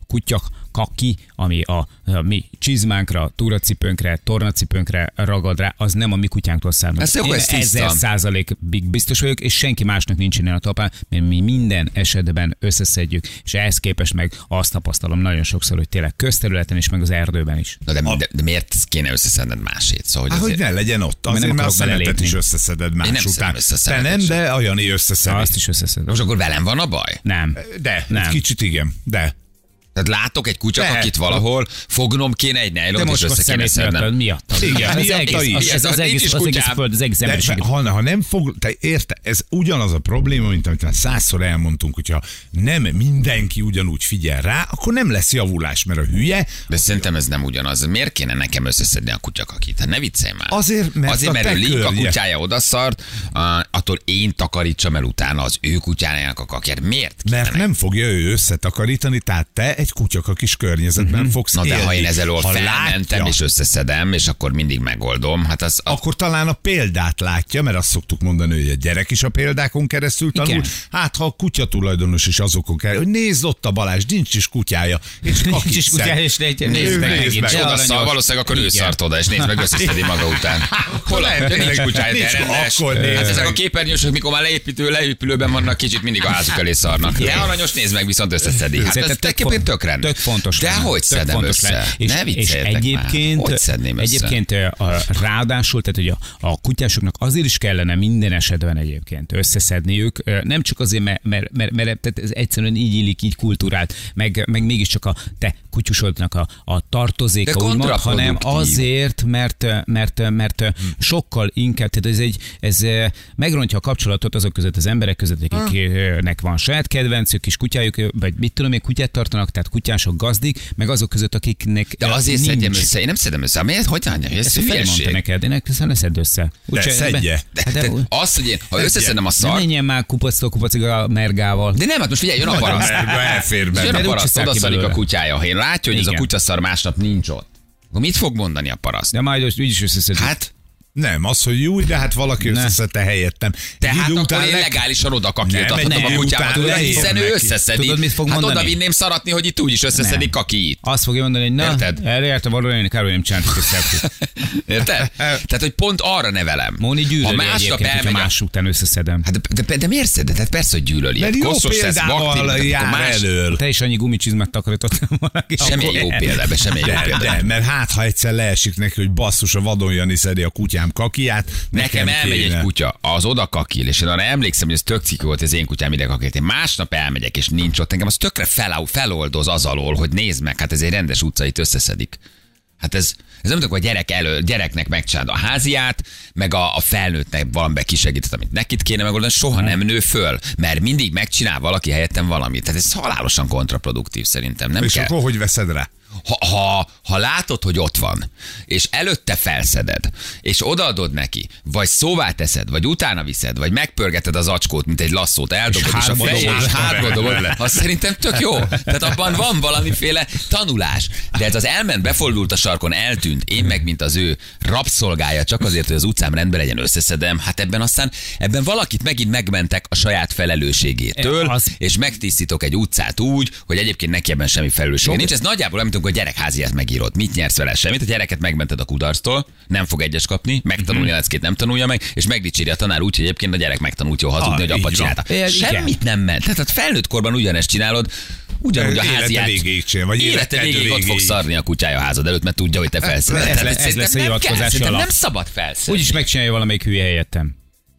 kutya kaki, ami a, a mi csizmánkra, túracipőnkre, tornacipőnkre ragad rá, az nem a mi kutyánktól származik. Én ezer százalékig biztos vagyok, és senki másnak nincs innen a talpán, mert mi minden esetben összeszedjük, és ehhez képest meg azt tapasztalom nagyon sokszor, hogy tényleg közterületen is, meg az erdőben is. Na de, de, de miért kéne összeszedned másét? Szóval, hogy, Há, hogy azért... ne legyen ott. Azért mert a szemetet is összeszeded más nem után. Te nem, sem. de a Jani összeszed. Azt is összeszedem. Most akkor velem van a baj? Nem. De, Nem. egy kicsit igen, de. Tehát látok egy kutyakakit valahol, fognom kéne egy De nejlont, és most össze kéne szednem. miatt. Igen, az miatta egész, is. az, ez az egész, az egész föld, az egész De, emberiség. ha, ha nem fog, te érte, ez ugyanaz a probléma, mint amit már százszor elmondtunk, hogyha nem mindenki ugyanúgy figyel rá, akkor nem lesz javulás, mert a hülye. De szerintem ez nem ugyanaz. Miért kéne nekem összeszedni a kutyakakit? Hát ne viccelj már. Azért, mert Azért, a mert te ő Link a körje. kutyája odaszart, uh, attól én takarítsam el utána az ő kutyájának a kakját. Miért kéne Mert nekem? nem fogja ő összetakarítani, tehát te egy kutyaka kis környezetben mm-hmm. fogsz Na de élni. ha én ezzel Ha felmentem látja, és összeszedem, és akkor mindig megoldom, hát az... az akkor talán a példát látja, mert azt szoktuk mondani, hogy a gyerek is a példákon keresztül tanul. Igen. Hát ha a kutya tulajdonos is azokon kell, hogy nézd ott a Balázs, nincs is kutyája. És Nincs kakit is szed. kutyája, és nézd meg Nézd megint. és De odaszal, aranyos. valószínűleg akkor ő Igen. szart oda, és nézd meg, összeszedi maga után. Hol a Lehet, nincs kutyája, de nincs, rendes. akkor nézd Hát ezek meg. a képernyősök, mikor már leépítő, leépülőben vannak, kicsit mindig a házuk elé szarnak. De aranyos, nézd meg, viszont összeszedi. Hát ez Szerintem tök tulajdonképpen fon- tök rend. Tök fontos De lenne. hogy Tök szedem fontos lenne. össze? És, Ne és vicceljetek egyébként, már. Hogy szedném össze? egyébként a, ráadásul, tehát hogy a, a kutyásoknak azért is kellene minden esetben egyébként összeszedniük, nem csak azért, mert, mert, mert, mert tehát ez egyszerűen így illik, így kultúrált, meg, meg mégiscsak a te kutyusodnak a, a tartozéka, De úgymond, hanem kontraproduktív. azért, mert, mert, mert sokkal inkább, tehát ez, egy, ez megrontja a kapcsolatot azok között, az emberek között, akiknek van saját kedvencük, kis kutyájuk, vagy mit tudom én, kutyát tartanak, tehát kutyások gazdik, meg azok között, akiknek De azért nincs. szedjem össze, én nem szedem össze. Miért? Hogy állja? Ez Ezt Feri mondta hülyeség. neked, én ezt ne szedd össze. De szedje. De, Hát de, de azt, hogy én, ha összeszedem a ne szart, menjen már kupactól kupacig a mergával. de nem, hát most figyelj, jön a Nagyon paraszt. merga elfér be. Jön a De paraszt, úgyse száll ki odaszarik a belőle. kutyája. Ha én látja, hogy ez a Igen. kutyaszar másnap nincs ott, akkor mit fog mondani a paraszt? De majd úgyis összeszedik. Hát, Nem, az, hogy jó, de hát valaki Ne. összeszedte helyettem. Egy tehát idő akkor után én leg- legálisan oda Nem, kakiltathatom egy a idő kutyámat, után oda, leírom hiszen ő neki. összeszedi. Tudod, mit fog Hát mondani? oda vinném szaratni, hogy itt úgyis összeszedik Nem. kakit. Azt fogja mondani, hogy na, Érted? erre járt a valójában, kár, hogy nem csináltuk egy szelfit. Érted? Tehát, hogy pont arra nevelem. Móni Ha gyűlöli másnap egyébként, hogyha elmegy a... más után összeszedem. Hát de, de, de miért szeded? Tehát persze, hogy gyűlöli. Mert Hát jó koszos lesz, példával baktéri, jár akkor más... elől. Te is annyi gumicsizmet takarítottam valaki. Semmilyen jó példába, semmilyen jó De, példába. de, mert hát, ha egyszer leesik neki, hogy basszus, a vadon Jani szedi a kutyám kakiját, Nekem elmegy kéne. egy kutya, az oda kakil, és én arra emlékszem, hogy ez tök cikk volt, az én kutyám ide kakilt. Én másnap elmegyek, és nincs ott. Engem az tökre fel, feloldoz az alól, hogy nézd meg, hát ez egy rendes utca, itt összeszedik. Hát ez, ez nem tudok, hogy gyerek elő, gyereknek megcsináld a háziát, meg a, a felnőttnek valamiben kisegített, amit nekit kéne megoldani, soha nem nő föl, mert mindig megcsinál valaki helyettem valamit. Tehát ez halálosan kontraproduktív szerintem, nem És kell. akkor hogy veszed rá? Ha, ha, ha látod, hogy ott van, és előtte felszeded, és odaadod neki, vagy szóvá teszed, vagy utána viszed, vagy megpörgeted az acskót, mint egy lasszót, eldobod, és, és a hátba fejét, dobod. és hátba dobod, az szerintem tök jó. Tehát abban van valamiféle tanulás. De ez az elment, befordult a sarkon, eltűnt, én meg, mint az ő rabszolgája, csak azért, hogy az utcám rendben legyen, összeszedem, hát ebben aztán, ebben valakit megint megmentek a saját felelősségétől, Az- és megtisztítok egy utcát úgy, hogy egyébként neki ebben semmi felelőssége nincs. Ez nagyjából olyan, mint amikor a gyerek háziát megírod. Mit nyersz vele? Semmit. A gyereket megmented a kudarctól, nem fog egyes kapni, megtanulni a leckét nem tanulja meg, és megdicséri a tanár úgy, hogy egyébként a gyerek megtanult jól hazudni, Ah, hogy apa így van. csinálta. Igen. Semmit nem ment. Tehát a felnőtt korban ugyanezt csinálod, ugyanúgy a Élete háziát. végéig csinál, vagy élete élete végéig ott fog végéig. szarni a kutyája a házad előtt, mert tudja, hogy te felszeded. ez Tehát lesz- ez szerintem lesz a nem kell, hivatkozási szerintem alap. nem szabad felszedni. Úgyis megcsinálja valamelyik hülye helyettem.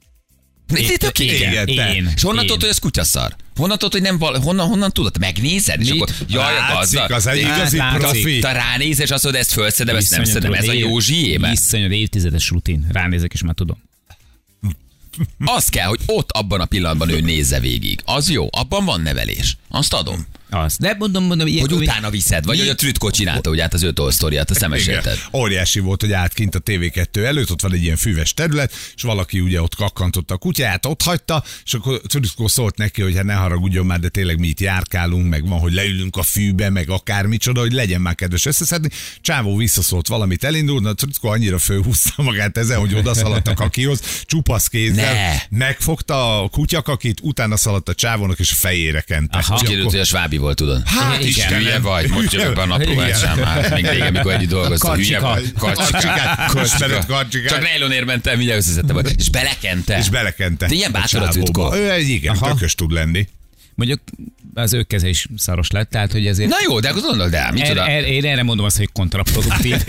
Én, tök igen. Igen, te. Én. És honnan Én. tudod, hogy ez kutyaszar? Honnan tudod, hogy nem val- honnan, honnan tudod? Megnézed? És Mit? akkor jaj, Látszik, gazda. az egy igazi látszik. profi. Te ránéz, és azt mondod, ezt fölszedem, ezt nem Iszonyat szedem. Ez a év- jó zsiébe. Iszonyat évtizedes rutin. Ránézek, és már tudom. Az kell, hogy ott abban a pillanatban ő nézze végig. Az jó, abban van nevelés. Azt adom. Az. De mondom, mondom, ilyen, Hogy utána viszed, vagy Mi? hogy a Trütkó csinálta, ugye át az ő sztoriát, a szemesélted. Igen. Óriási volt, hogy állt kint a té vé kettő előtt, ott van egy ilyen füves terület, és valaki ugye ott kakkantotta a kutyát, ott hagyta, és akkor Trütkó szólt neki, hogy hát ne haragudjon már, de tényleg mi itt járkálunk, meg van, hogy leülünk a fűbe, meg akármicsoda, hogy legyen már kedves összeszedni. Csávó visszaszólt valamit, elindult, na Trütkó annyira fölhúzta magát ezen, hogy odaszaladt a kakihoz, csupasz kézzel, Ne. megfogta a kutyakakit, utána szaladt a csávónak, és a fejére kente. Aha. kiderült, hogy a svábi volt, tudod. Hát Igen. Istenem. Hülye vagy, most jövök be a naplóvát sem. Hát még régen, mikor együtt dolgoztam. Hülye vagy. Karcsikát, ismered Csak karcsikát. nejlonért mentem, mindjárt összeszedtem. És belekente. És belekente. De ilyen bátor a csávóba. cutkó. Ő egy igen, tökös tud lenni. Mondjuk az ő keze is szaros lett, tehát hogy ezért... Na jó, de akkor gondold el, Er, micsoda. er, én erre mondom azt, hogy kontraproduktív.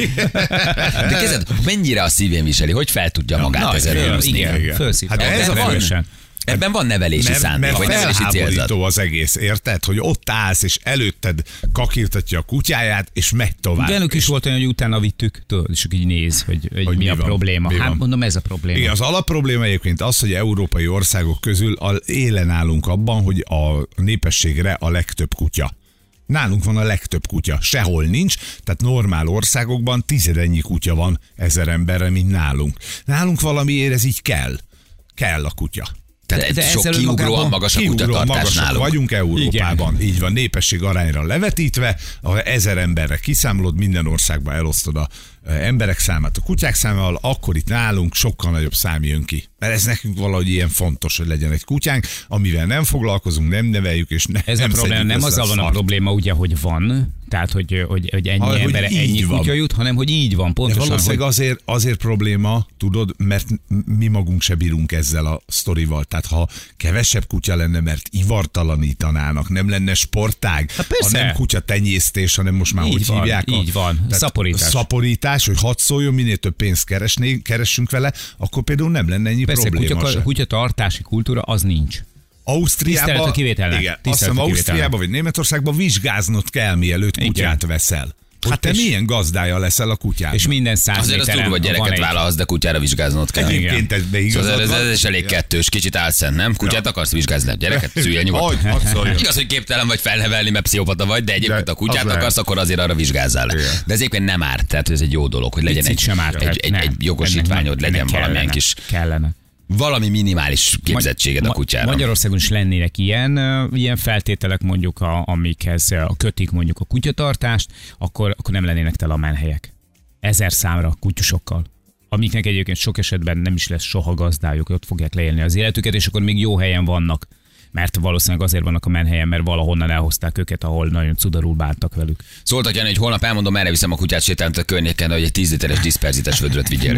De kezded, mennyire a szívén viseli, hogy fel tudja magát Na, ezen föl- ölözni. igen, fölszívta. Hát Hát ez ez a erősen. Ebben van nevelési Mert, szándék, mert vagy nevelési célzat. felháborító az egész, érted? Hogy ott állsz, és előtted kakírtatja a kutyáját, és megy tovább. Velünk is volt olyan, hogy utána vittük, tudod, és így néz, hogy, hogy, Hogy mi, mi a van, probléma. mi Hát van. mondom, ez a probléma. Igen, az alapprobléma egyébként az, hogy európai országok közül a, élen állunk abban, hogy a népességre a legtöbb kutya. Nálunk van a legtöbb kutya, sehol nincs, tehát normál országokban tizedennyi kutya van ezer emberre, mint nálunk. Nálunk valamiért ez így kell. Kell a kutya. Tehát De- de sok ezzel kiugróan önmagában magas a Kiugróan kutyatartás magasak nálunk. vagyunk Európában, Igen. így van, népesség arányra levetítve, ha ezer emberre kiszámolod, minden országban elosztod a e, emberek számát a kutyák számával, akkor itt nálunk sokkal nagyobb szám jön ki. Mert ez nekünk valahogy ilyen fontos, hogy legyen egy kutyánk, amivel nem foglalkozunk, nem neveljük, és ne, Ez nem a probléma, szedjük nem össze azzal van a szart. probléma, ugye, hogy van, tehát hogy, hogy, hogy ennyi Ha, hogy emberre így ennyi van. kutya jut, hanem hogy így van, De pontosan. valószínűleg Hogy, azért, azért probléma, tudod, mert mi magunk se bírunk ezzel a sztorival. Tehát ha kevesebb kutya lenne, mert ivartalanítanának, nem lenne sportág, Hát ha persze. nem kutya tenyésztés, hanem most már Így hogy van, hívják? a- így van. Tehát Szaporítás. Szaporítás, hogy hadd szóljon, minél több pénzt keresnénk, keressünk vele, akkor például nem lenne ennyi persze, probléma kutya, se. kutyatartási kultúra az nincs. Ausztriában, Tisztelet a kivételnek. igen, azt Tisztelet hiszem a Ausztriában vagy Németországban vizsgáznod kell, mielőtt Igen. kutyát veszel. Hogy Hát te és- milyen gazdája leszel a kutyának. És minden száz Azért az méteren durva, hogy van gyereket egy- vállalsz, de kutyára vizsgáznod kell. Egyébként ez, de Szóval igazad ez, van. ez, ez elég kettős, kicsit álszent, nem? Kutyát akarsz vizsgázni, gyereket szülje nyugodtan. Hogy, hadd szóljon. Igaz, hogy képtelen vagy felnevelni, mert pszichopata vagy, de egyébként De a kutyát az lehet. akarsz, akkor azért arra vizsgázzál. Igen. De ez egyébként nem árt, tehát ez egy jó dolog, hogy legyen Picit egy, sem árt, egy, tehát egy, nem. egy jogosítványod, Ennek- legyen ennek valamilyen kellene, kis, Kellene. valami minimális képzettséged a Ma- kutyára. Magyarországon is lennének ilyen, ö, ilyen feltételek, mondjuk, a, amikhez ö, a kötik mondjuk a kutyatartást, akkor, akkor nem lennének tele a menhelyek. Ezer számra kutyusokkal. Amiknek egyébként sok esetben nem is lesz soha gazdájuk, ott fogják leélni az életüket, és akkor még jó helyen vannak. Mert valószínűleg azért vannak a menhelyen, mert valahonnan elhozták őket, ahol nagyon cudarul bántak velük. Szóltak Jani, hogy holnap elmondom, merre viszem a kutyát sétálni a környéken, hogy egy tíz literes diszperzites vödröt vigyél.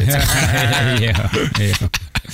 ja, ja.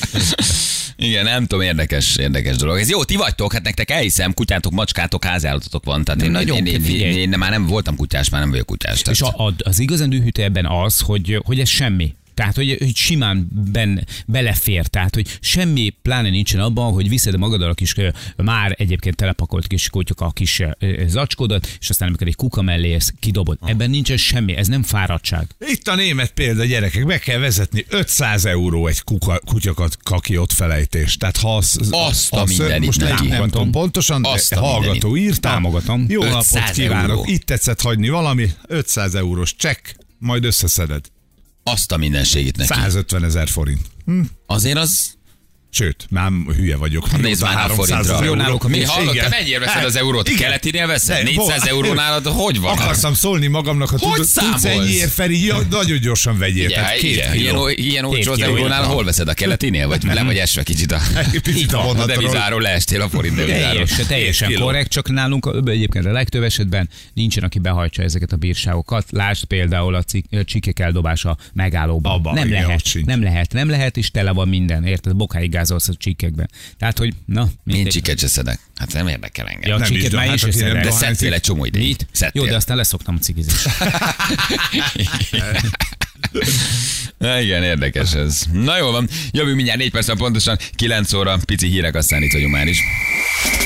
Igen, nem tudom, érdekes, érdekes dolog. Ez jó, ti vagytok, hát nektek elhiszem, kutyátok, macskátok, háziállatotok van. Tehát én, Nagyon én, én, én, figyelj. én, már nem voltam kutyás, már nem vagyok kutyás. Tehát És a, a, az igazán dühítő ebben az, hogy, hogy ez semmi. Tehát, hogy, hogy simán ben, belefér. Tehát, hogy semmi pláne nincsen abban, hogy viszed magaddal a kis, ö, már egyébként telepakolt kis kutyok a kis ö, zacskódat, és aztán amikor egy kuka mellé érsz, kidobod. Ebben nincsen semmi, ez nem fáradtság. Itt a német példa, gyerekek, meg kell vezetni ötszáz euró egy kuka, kutyakat kaki ott felejtés. Tehát ha az, Azt a az- mindenit most nem, neki. nem tudom pontosan, Azt de a hallgató mindenit. írta. Támogatom. Jó napot ötszáz kívánok. euró. Itt tetszett hagyni valami, ötszáz eurós csekk, majd összeszeded. azt a mindenségét neki. százötven ezer forint. Hm. Azért az... Sőt, már hülye vagyok. Nézd Mióta már a háromszáz forintra. euró. náluk a Mi kis- hallod, te Igen. mennyire veszed az eurót? Igen. Keletinél veszed? De, négyszáz bo- euró nálad, hogy van? Akarszam szólni magamnak, ha Hogy tudod, tudsz számolsz? ennyiért, Feri, ja, nagyon gyorsan vegyél. Igen, Tehát két igen, ilyen, kiló. o- ilyen olcsó az kiló, eurónál, igen. hol veszed a keletinél? Vagy le vagy esve kicsit a, Picit a a vonatról. devizáról leestél a forint devizáról. Teljesen, teljesen Két kiló. korrekt, csak nálunk a- egyébként a legtöbb esetben nincsen, aki behajtsa ezeket a bírságokat. Lásd például a cik- csikek eldobása megállóban. Abba, nem igen, ott lehet, sincs. nem lehet, nem lehet, és tele van minden, érted? Bokáig gázolsz a csikekben. Tehát, hogy na, Én mindegy. csiket se szedek. Hát nem érdekel engem. Ja, a Nem is, csiket de már hát is aki nem összedel. De dohány- szedtél egy csomó ideig. Mit? Szedtél. Jó, de aztán leszoktam a cigizni. Na igen, érdekes ez. Na jó van, jövünk mindjárt négy perc pontosan, kilenc óra, pici hírek, aztán itt vagyunk már is.